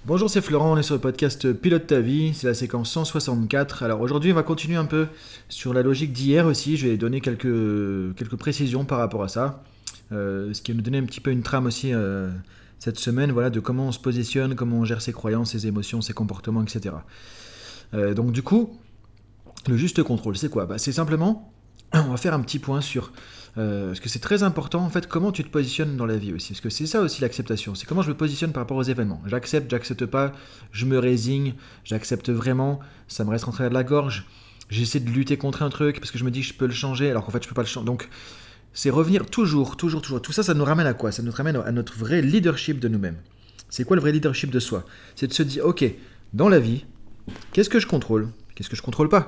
Bonjour, c'est Florent, on est sur le podcast Pilote ta vie, c'est la séquence 164. Alors aujourd'hui, on va continuer un peu sur la logique d'hier aussi, je vais donner quelques précisions par rapport à ça, ce qui va nous donner un petit peu une trame aussi cette semaine, voilà, de comment on se positionne, comment on gère ses croyances, ses émotions, ses comportements, etc. Donc du coup, le juste contrôle, c'est quoi ? C'est simplement, on va faire un petit point sur... parce que c'est très important en fait comment tu te positionnes dans la vie aussi, parce que c'est ça aussi l'acceptation, c'est comment je me positionne par rapport aux événements. J'accepte pas, je me résigne, j'accepte vraiment, ça me reste en travers de la gorge, j'essaie de lutter contre un truc parce que je me dis que je peux le changer alors qu'en fait je peux pas le changer. Donc c'est revenir toujours, tout ça, ça nous ramène à quoi ? Ça nous ramène à notre vrai leadership de nous-mêmes. C'est quoi le vrai leadership de soi ? C'est de se dire, ok, dans la vie, qu'est-ce que je contrôle ? Qu'est-ce que je contrôle pas ?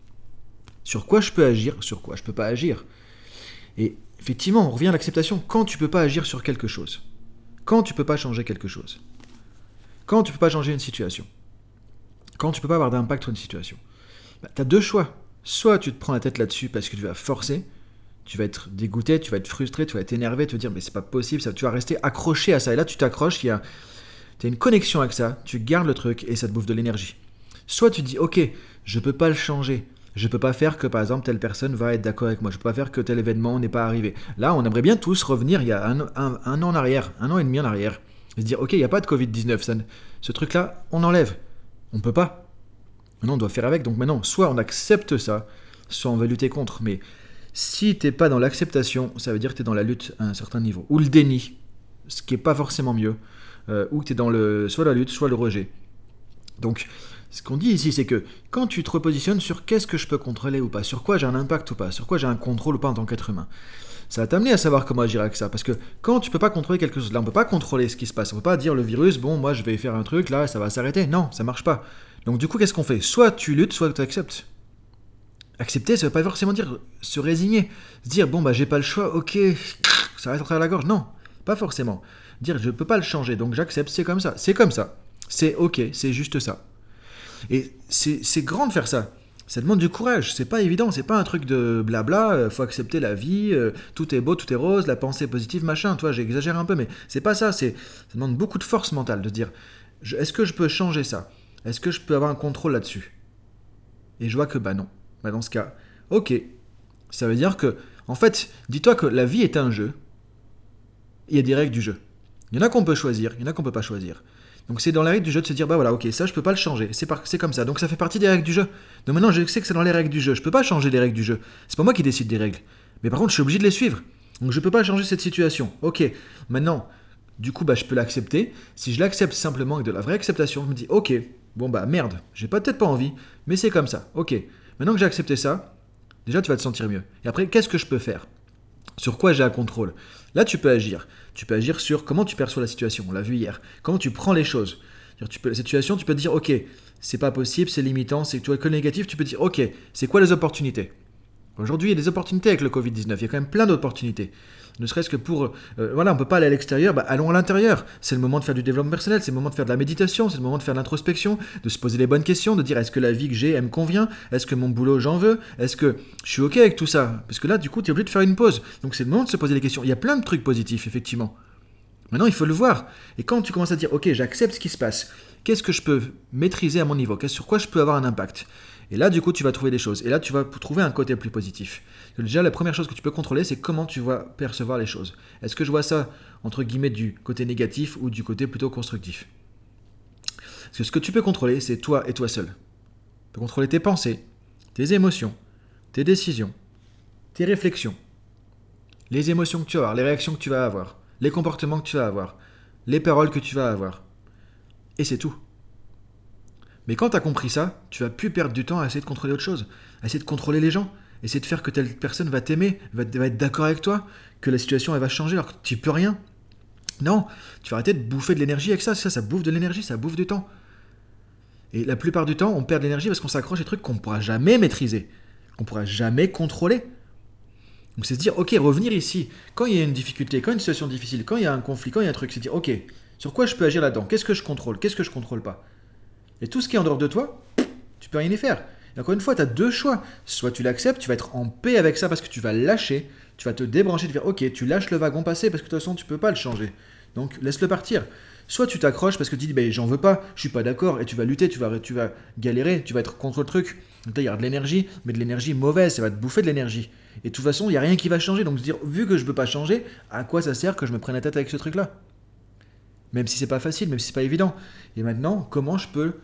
Sur quoi je peux agir ? Sur quoi je peux pas agir ? Et effectivement, on revient à l'acceptation. Quand tu peux pas agir sur quelque chose, quand tu peux pas changer quelque chose, quand tu peux pas changer une situation, quand tu peux pas avoir d'impact sur une situation, tu as deux choix. Soit tu te prends la tête là-dessus parce que tu vas forcer, tu vas être dégoûté, tu vas être frustré, tu vas être énervé, tu vas te dire mais c'est pas possible, ça, tu vas rester accroché à ça. Et là tu t'accroches, tu as une connexion avec ça, tu gardes le truc et ça te bouffe de l'énergie. Soit tu dis ok, je peux pas le changer. Je peux pas faire que, par exemple, telle personne va être d'accord avec moi. Je peux pas faire que tel événement n'est pas arrivé. Là, on aimerait bien tous revenir il y a un an en arrière, un an et demi en arrière. Et se dire, ok, il n'y a pas de Covid-19. Ce truc-là, on enlève. On peut pas. Maintenant, on doit faire avec. Donc maintenant, soit on accepte ça, soit on va lutter contre. Mais si t'es pas dans l'acceptation, ça veut dire que t'es dans la lutte à un certain niveau. Ou le déni, ce qui est pas forcément mieux. Ou t'es dans soit la lutte, soit le rejet. Donc, ce qu'on dit ici, c'est que quand tu te repositionnes sur qu'est-ce que je peux contrôler ou pas, sur quoi j'ai un impact ou pas, sur quoi j'ai un contrôle ou pas en tant qu'être humain, ça va t'amener à savoir comment agir avec ça. Parce que quand tu peux pas contrôler quelque chose, là on peut pas contrôler ce qui se passe. On peut pas dire le virus, bon moi je vais faire un truc, là ça va s'arrêter. Non, ça marche pas. Donc du coup qu'est-ce qu'on fait ? Soit tu luttes, soit tu acceptes. Accepter, ça veut pas forcément dire se résigner. Se dire bon bah j'ai pas le choix, ok, ça reste à travers la gorge. Non, pas forcément. Dire je peux pas le changer, donc j'accepte, c'est comme ça. C'est comme ça. C'est ok, c'est juste ça. Et c'est grand de faire ça. Ça demande du courage. C'est pas évident. C'est pas un truc de blabla. Faut accepter la vie. Tout est beau, tout est rose. La pensée positive, machin. Toi, j'exagère un peu, mais c'est pas ça. Ça demande beaucoup de force mentale de se dire est-ce que je peux changer ça ? Est-ce que je peux avoir un contrôle là-dessus ? Et je vois que bah non. Bah dans ce cas, ok. Ça veut dire que, en fait, dis-toi que la vie est un jeu. Il y a des règles du jeu. Il y en a qu'on peut choisir, il y en a qu'on peut pas choisir. Donc c'est dans les règles du jeu de se dire bah voilà ok ça je peux pas le changer, c'est comme ça, donc ça fait partie des règles du jeu. Donc maintenant je sais que c'est dans les règles du jeu, je peux pas changer les règles du jeu, c'est pas moi qui décide des règles, mais par contre je suis obligé de les suivre. Donc je peux pas changer cette situation. Ok, maintenant du coup bah je peux l'accepter. Si je l'accepte simplement avec de la vraie acceptation, je me dis ok bon bah merde, j'ai peut-être pas envie, mais c'est comme ça. Ok, maintenant que j'ai accepté ça, déjà tu vas te sentir mieux. Et après qu'est-ce que je peux faire ? Sur quoi j'ai un contrôle ? Là, tu peux agir. Tu peux agir sur comment tu perçois la situation. On l'a vu hier. Comment tu prends les choses. La situation, tu peux te dire, ok, c'est pas possible, c'est limitant, c'est que négatif. Tu peux te dire, ok, c'est quoi les opportunités ? Aujourd'hui, il y a des opportunités avec le Covid-19. Il y a quand même plein d'opportunités. Ne serait-ce que pour... voilà, on peut pas aller à l'extérieur, bah allons à l'intérieur. C'est le moment de faire du développement personnel, c'est le moment de faire de la méditation, c'est le moment de faire de l'introspection, de se poser les bonnes questions, de dire est-ce que la vie que j'ai, elle me convient ? Est-ce que mon boulot, j'en veux ? Est-ce que je suis ok avec tout ça ? Parce que là, du coup, tu es obligé de faire une pause. Donc c'est le moment de se poser les questions. Il y a plein de trucs positifs, effectivement. Maintenant, il faut le voir. Et quand tu commences à dire, ok, j'accepte ce qui se passe, qu'est-ce que je peux maîtriser à mon niveau ? Sur quoi je peux avoir un impact ? Et là, du coup, tu vas trouver des choses. Et là, tu vas trouver un côté plus positif. Déjà, la première chose que tu peux contrôler, c'est comment tu vas percevoir les choses. Est-ce que je vois ça, entre guillemets, du côté négatif ou du côté plutôt constructif ? Parce que ce que tu peux contrôler, c'est toi et toi seul. Tu peux contrôler tes pensées, tes émotions, tes décisions, tes réflexions, les émotions que tu vas avoir, les réactions que tu vas avoir, les comportements que tu vas avoir, les paroles que tu vas avoir. Et c'est tout. Mais quand tu as compris ça, tu vas plus perdre du temps à essayer de contrôler autre chose, à essayer de contrôler les gens, essayer de faire que telle personne va t'aimer, va être d'accord avec toi, que la situation elle va changer alors que tu peux rien. Non, tu vas arrêter de bouffer de l'énergie avec ça, ça bouffe de l'énergie, ça bouffe du temps. Et la plupart du temps, on perd de l'énergie parce qu'on s'accroche à des trucs qu'on ne pourra jamais maîtriser, qu'on ne pourra jamais contrôler. Donc c'est se dire, ok, revenir ici, quand il y a une difficulté, quand il y a une situation difficile, quand il y a un conflit, quand il y a un truc, c'est dire, ok, sur quoi je peux agir là-dedans ? Qu'est-ce que je contrôle ? Qu'est-ce que je contrôle pas ? Et tout ce qui est en dehors de toi, tu peux rien y faire. Et encore une fois, tu as deux choix. Soit tu l'acceptes, tu vas être en paix avec ça parce que tu vas lâcher, tu vas te débrancher, tu vas dire ok, tu lâches le wagon passé parce que de toute façon tu peux pas le changer. Donc laisse-le partir. Soit tu t'accroches parce que tu dis ben, j'en veux pas, je suis pas d'accord, et tu vas lutter, tu vas galérer, tu vas être contre le truc. Donc là, il y a de l'énergie, mais de l'énergie mauvaise, ça va te bouffer de l'énergie. Et de toute façon, il n'y a rien qui va changer. Donc se dire, vu que je peux pas changer, à quoi ça sert que je me prenne la tête avec ce truc-là? Même si c'est pas facile, même si c'est pas évident. Et maintenant, comment je peux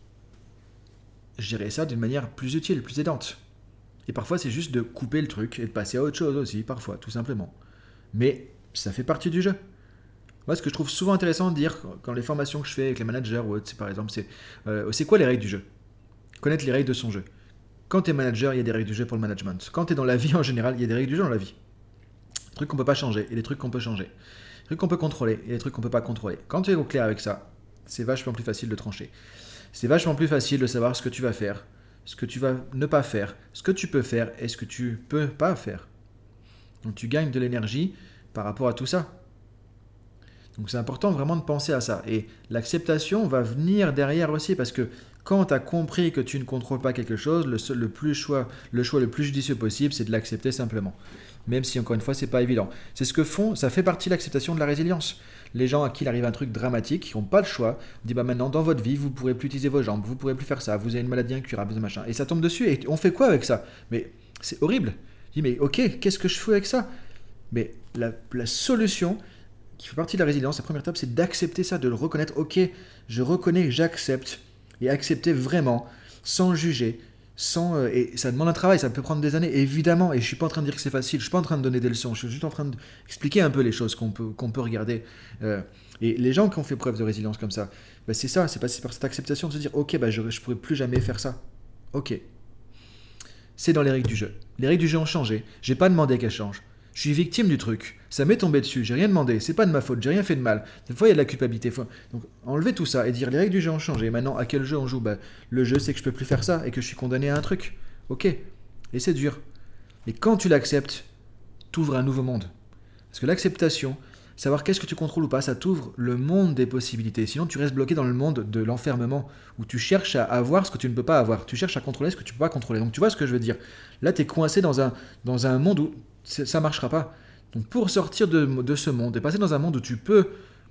gérer ça d'une manière plus utile, plus aidante? Et parfois, c'est juste de couper le truc et de passer à autre chose aussi, parfois, tout simplement. Mais ça fait partie du jeu. Moi, ce que je trouve souvent intéressant de dire quand les formations que je fais avec les managers ou autres, c'est par exemple, c'est quoi les règles du jeu? Connaître les règles de son jeu. Quand tu es manager, il y a des règles du jeu pour le management. Quand tu es dans la vie en général, il y a des règles du jeu dans la vie. Des trucs qu'on peut pas changer et des trucs qu'on peut changer. Des trucs qu'on peut contrôler et des trucs qu'on peut pas contrôler. Quand tu es au clair avec ça, c'est vachement plus facile de trancher. C'est vachement plus facile de savoir ce que tu vas faire, ce que tu vas ne pas faire, ce que tu peux faire et ce que tu peux pas faire. Donc tu gagnes de l'énergie par rapport à tout ça. Donc c'est important vraiment de penser à ça. Et l'acceptation va venir derrière aussi parce que quand tu as compris que tu ne contrôles pas quelque chose, le choix le plus judicieux possible, c'est de l'accepter simplement. Même si encore une fois, c'est pas évident. C'est ce que font, ça fait partie de l'acceptation de la résilience. Les gens à qui il arrive un truc dramatique, qui n'ont pas le choix, disent bah maintenant dans votre vie, vous ne pourrez plus utiliser vos jambes, vous ne pourrez plus faire ça, vous avez une maladie incurable, machin. Et ça tombe dessus. Et on fait quoi avec ça? Mais c'est horrible. Je dis mais ok, qu'est-ce que je fais avec ça? Mais la solution qui fait partie de la résilience, la première étape, c'est d'accepter ça, de le reconnaître. Ok, je reconnais, j'accepte. Et accepter vraiment, sans juger, et ça demande un travail, ça peut prendre des années, évidemment. Et je suis pas en train de dire que c'est facile, je suis pas en train de donner des leçons, je suis juste en train d'expliquer un peu les choses qu'on peut regarder. Et les gens qui ont fait preuve de résilience comme ça, bah c'est ça, c'est passer par cette acceptation de se dire, ok, bah je pourrais plus jamais faire ça. Ok. C'est dans les règles du jeu. Les règles du jeu ont changé, j'ai pas demandé qu'elles changent. Je suis victime du truc. Ça m'est tombé dessus. J'ai rien demandé. C'est pas de ma faute. J'ai rien fait de mal. Des fois, il y a de la culpabilité. Donc, enlever tout ça et dire les règles du jeu ont changé. Maintenant, à quel jeu on joue? Bah, le jeu, c'est que je peux plus faire ça et que je suis condamné à un truc. Ok. Et c'est dur. Et quand tu l'acceptes, t'ouvres un nouveau monde. Parce que l'acceptation, savoir qu'est-ce que tu contrôles ou pas, ça t'ouvre le monde des possibilités. Sinon, tu restes bloqué dans le monde de l'enfermement où tu cherches à avoir ce que tu ne peux pas avoir. Tu cherches à contrôler ce que tu ne peux pas contrôler. Donc, tu vois ce que je veux dire? Là, tu es coincé dans un monde où ça ne marchera pas. Donc pour sortir de ce monde et passer dans un monde où tu peux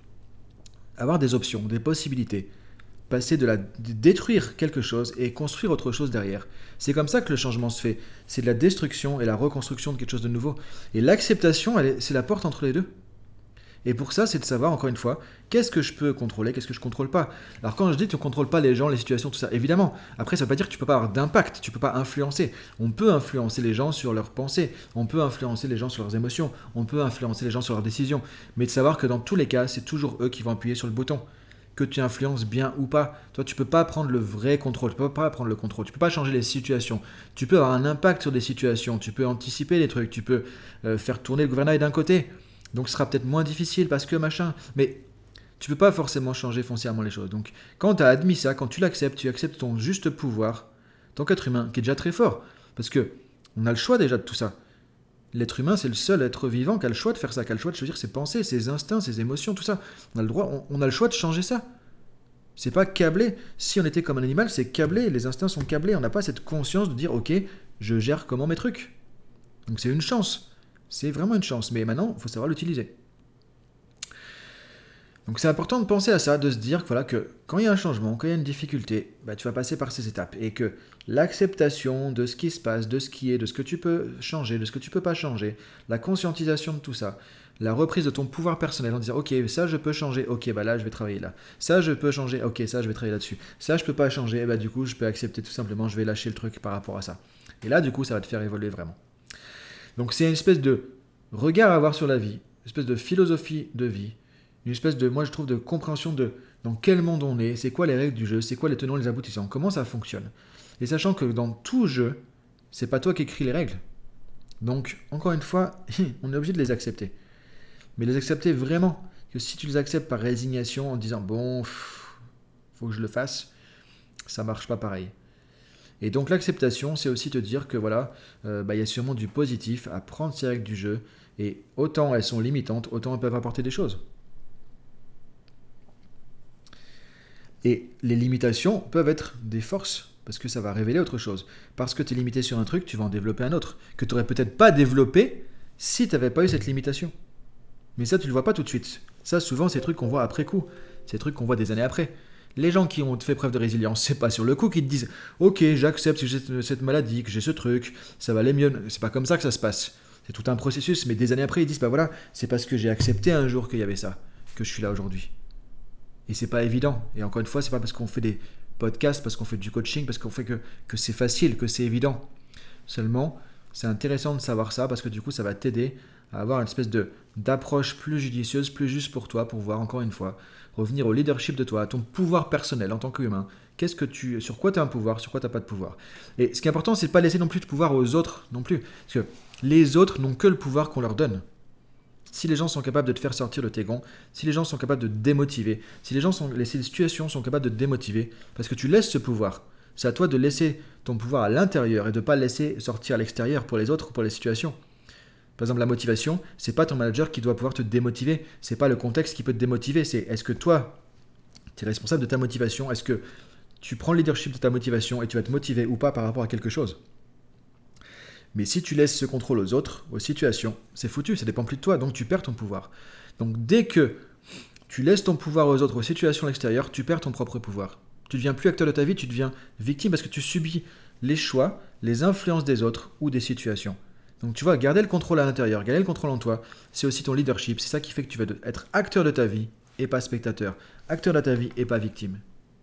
avoir des options, des possibilités, passer de détruire quelque chose et construire autre chose derrière. C'est comme ça que le changement se fait. C'est de la destruction et la reconstruction de quelque chose de nouveau. Et l'acceptation, c'est la porte entre les deux. Et pour ça, c'est de savoir, encore une fois, qu'est-ce que je peux contrôler, qu'est-ce que je ne contrôle pas. Alors quand je dis que tu ne contrôles pas les gens, les situations, tout ça, évidemment, après ça ne veut pas dire que tu ne peux pas avoir d'impact, tu ne peux pas influencer. On peut influencer les gens sur leurs pensées, on peut influencer les gens sur leurs émotions, on peut influencer les gens sur leurs décisions, mais de savoir que dans tous les cas, c'est toujours eux qui vont appuyer sur le bouton. Que tu influences bien ou pas. Toi, tu ne peux pas prendre le vrai contrôle, tu ne peux pas prendre le contrôle, tu ne peux pas changer les situations, tu peux avoir un impact sur des situations, tu peux anticiper les trucs, tu peux faire tourner le gouvernail d'un côté. Donc ce sera peut-être moins difficile parce que machin. Mais tu ne peux pas forcément changer foncièrement les choses. Donc quand tu as admis ça, quand tu acceptes ton juste pouvoir, ton qu'être humain, qui est déjà très fort. Parce que on a le choix déjà de tout ça. L'être humain, c'est le seul être vivant qui a le choix de faire ça, qui a le choix de choisir ses pensées, ses instincts, ses émotions, tout ça. On a le droit, on a le choix de changer ça. C'est pas câblé. Si on était comme un animal, c'est câblé. Les instincts sont câblés. On n'a pas cette conscience de dire, ok, je gère comment mes trucs. Donc c'est une chance. C'est vraiment une chance. Mais maintenant, il faut savoir l'utiliser. Donc c'est important de penser à ça, de se dire que, voilà, que quand il y a un changement, quand il y a une difficulté, bah, tu vas passer par ces étapes. Et que l'acceptation de ce qui se passe, de ce qui est, de ce que tu peux changer, de ce que tu peux pas changer, la conscientisation de tout ça, la reprise de ton pouvoir personnel en disant ok, ça je peux changer, ok, bah là je vais travailler là. Ça je peux changer, ok, ça je vais travailler là-dessus. Ça je peux pas changer, bah du coup je peux accepter tout simplement, je vais lâcher le truc par rapport à ça. Et là du coup ça va te faire évoluer vraiment. Donc c'est une espèce de regard à avoir sur la vie, une espèce de philosophie de vie, une espèce de, moi je trouve, de compréhension de dans quel monde on est, c'est quoi les règles du jeu, c'est quoi les tenants, les aboutissants, comment ça fonctionne. Et sachant que dans tout jeu, c'est pas toi qui écris les règles. Donc, encore une fois, on est obligé de les accepter. Mais les accepter vraiment. Que si tu les acceptes par résignation en disant bon, faut que je le fasse, ça marche pas pareil. Et donc l'acceptation, c'est aussi te dire que voilà, y a sûrement du positif à prendre ces règles du jeu. Et autant elles sont limitantes, autant elles peuvent apporter des choses. Et les limitations peuvent être des forces, parce que ça va révéler autre chose. Parce que tu es limité sur un truc, tu vas en développer un autre, que tu n'aurais peut-être pas développé si tu n'avais pas eu cette limitation. Mais ça, tu ne le vois pas tout de suite. Ça, souvent, c'est des trucs qu'on voit après coup. C'est des trucs qu'on voit des années après. Les gens qui ont fait preuve de résilience, c'est pas sur le coup qu'ils te disent ok, j'accepte que j'ai cette maladie, que j'ai ce truc, ça va aller mieux. C'est pas comme ça que ça se passe. C'est tout un processus, mais des années après, ils disent bah voilà, c'est parce que j'ai accepté un jour qu'il y avait ça, que je suis là aujourd'hui. Et c'est pas évident. Et encore une fois, c'est pas parce qu'on fait des podcasts, parce qu'on fait du coaching, parce qu'on fait que c'est facile, que c'est évident. Seulement, c'est intéressant de savoir ça parce que du coup, ça va t'aider à avoir une espèce d'approche plus judicieuse, plus juste pour toi, pour voir encore une fois, revenir au leadership de toi, à ton pouvoir personnel en tant qu'humain. Sur quoi tu as un pouvoir, sur quoi tu n'as pas de pouvoir. Et ce qui est important, c'est de ne pas laisser non plus de pouvoir aux autres non plus. Parce que les autres n'ont que le pouvoir qu'on leur donne. Si les gens sont capables de te faire sortir de tes gonds, si les gens sont capables de te démotiver, si les situations sont capables de te démotiver, parce que tu laisses ce pouvoir, c'est à toi de laisser ton pouvoir à l'intérieur et de ne pas le laisser sortir à l'extérieur pour les autres ou pour les situations. Par exemple, la motivation, c'est pas ton manager qui doit pouvoir te démotiver, c'est pas le contexte qui peut te démotiver, c'est est-ce que toi, tu es responsable de ta motivation, est-ce que tu prends le leadership de ta motivation et tu vas te motiver ou pas par rapport à quelque chose. Mais si tu laisses ce contrôle aux autres, aux situations, c'est foutu, ça dépend plus de toi, donc tu perds ton pouvoir. Donc dès que tu laisses ton pouvoir aux autres, aux situations à l'extérieur, tu perds ton propre pouvoir. Tu ne deviens plus acteur de ta vie, tu deviens victime parce que tu subis les choix, les influences des autres ou des situations. Donc tu vois, garder le contrôle à l'intérieur, garder le contrôle en toi, c'est aussi ton leadership, c'est ça qui fait que tu vas être acteur de ta vie et pas spectateur, acteur de ta vie et pas victime.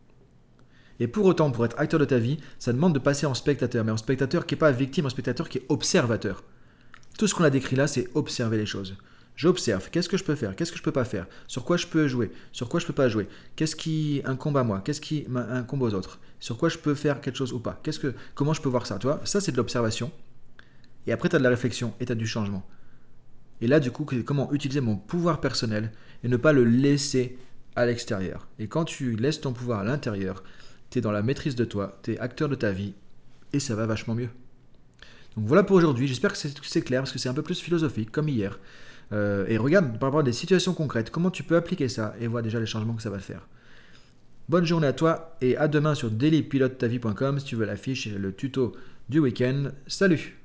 Et pour autant, pour être acteur de ta vie, ça demande de passer en spectateur, mais en spectateur qui n'est pas victime, en spectateur qui est observateur. Tout ce qu'on a décrit là, c'est observer les choses. J'observe, qu'est-ce que je peux faire, qu'est-ce que je peux pas faire, sur quoi je peux jouer, sur quoi je peux pas jouer, qu'est-ce qui incombe à moi, qu'est-ce qui incombe aux autres, sur quoi je peux faire quelque chose ou pas, comment je peux voir ça, tu vois, ça c'est de l'observation. Et après tu as de la réflexion et tu as du changement. Et là du coup, comment utiliser mon pouvoir personnel et ne pas le laisser à l'extérieur. Et quand tu laisses ton pouvoir à l'intérieur, tu es dans la maîtrise de toi, tu es acteur de ta vie et ça va vachement mieux. Donc voilà pour aujourd'hui, j'espère que c'est clair parce que c'est un peu plus philosophique comme hier. Et regarde par rapport à des situations concrètes, comment tu peux appliquer ça et vois déjà les changements que ça va faire. Bonne journée à toi et à demain sur dailypilotetavie.com si tu veux la fiche et le tuto du week-end. Salut!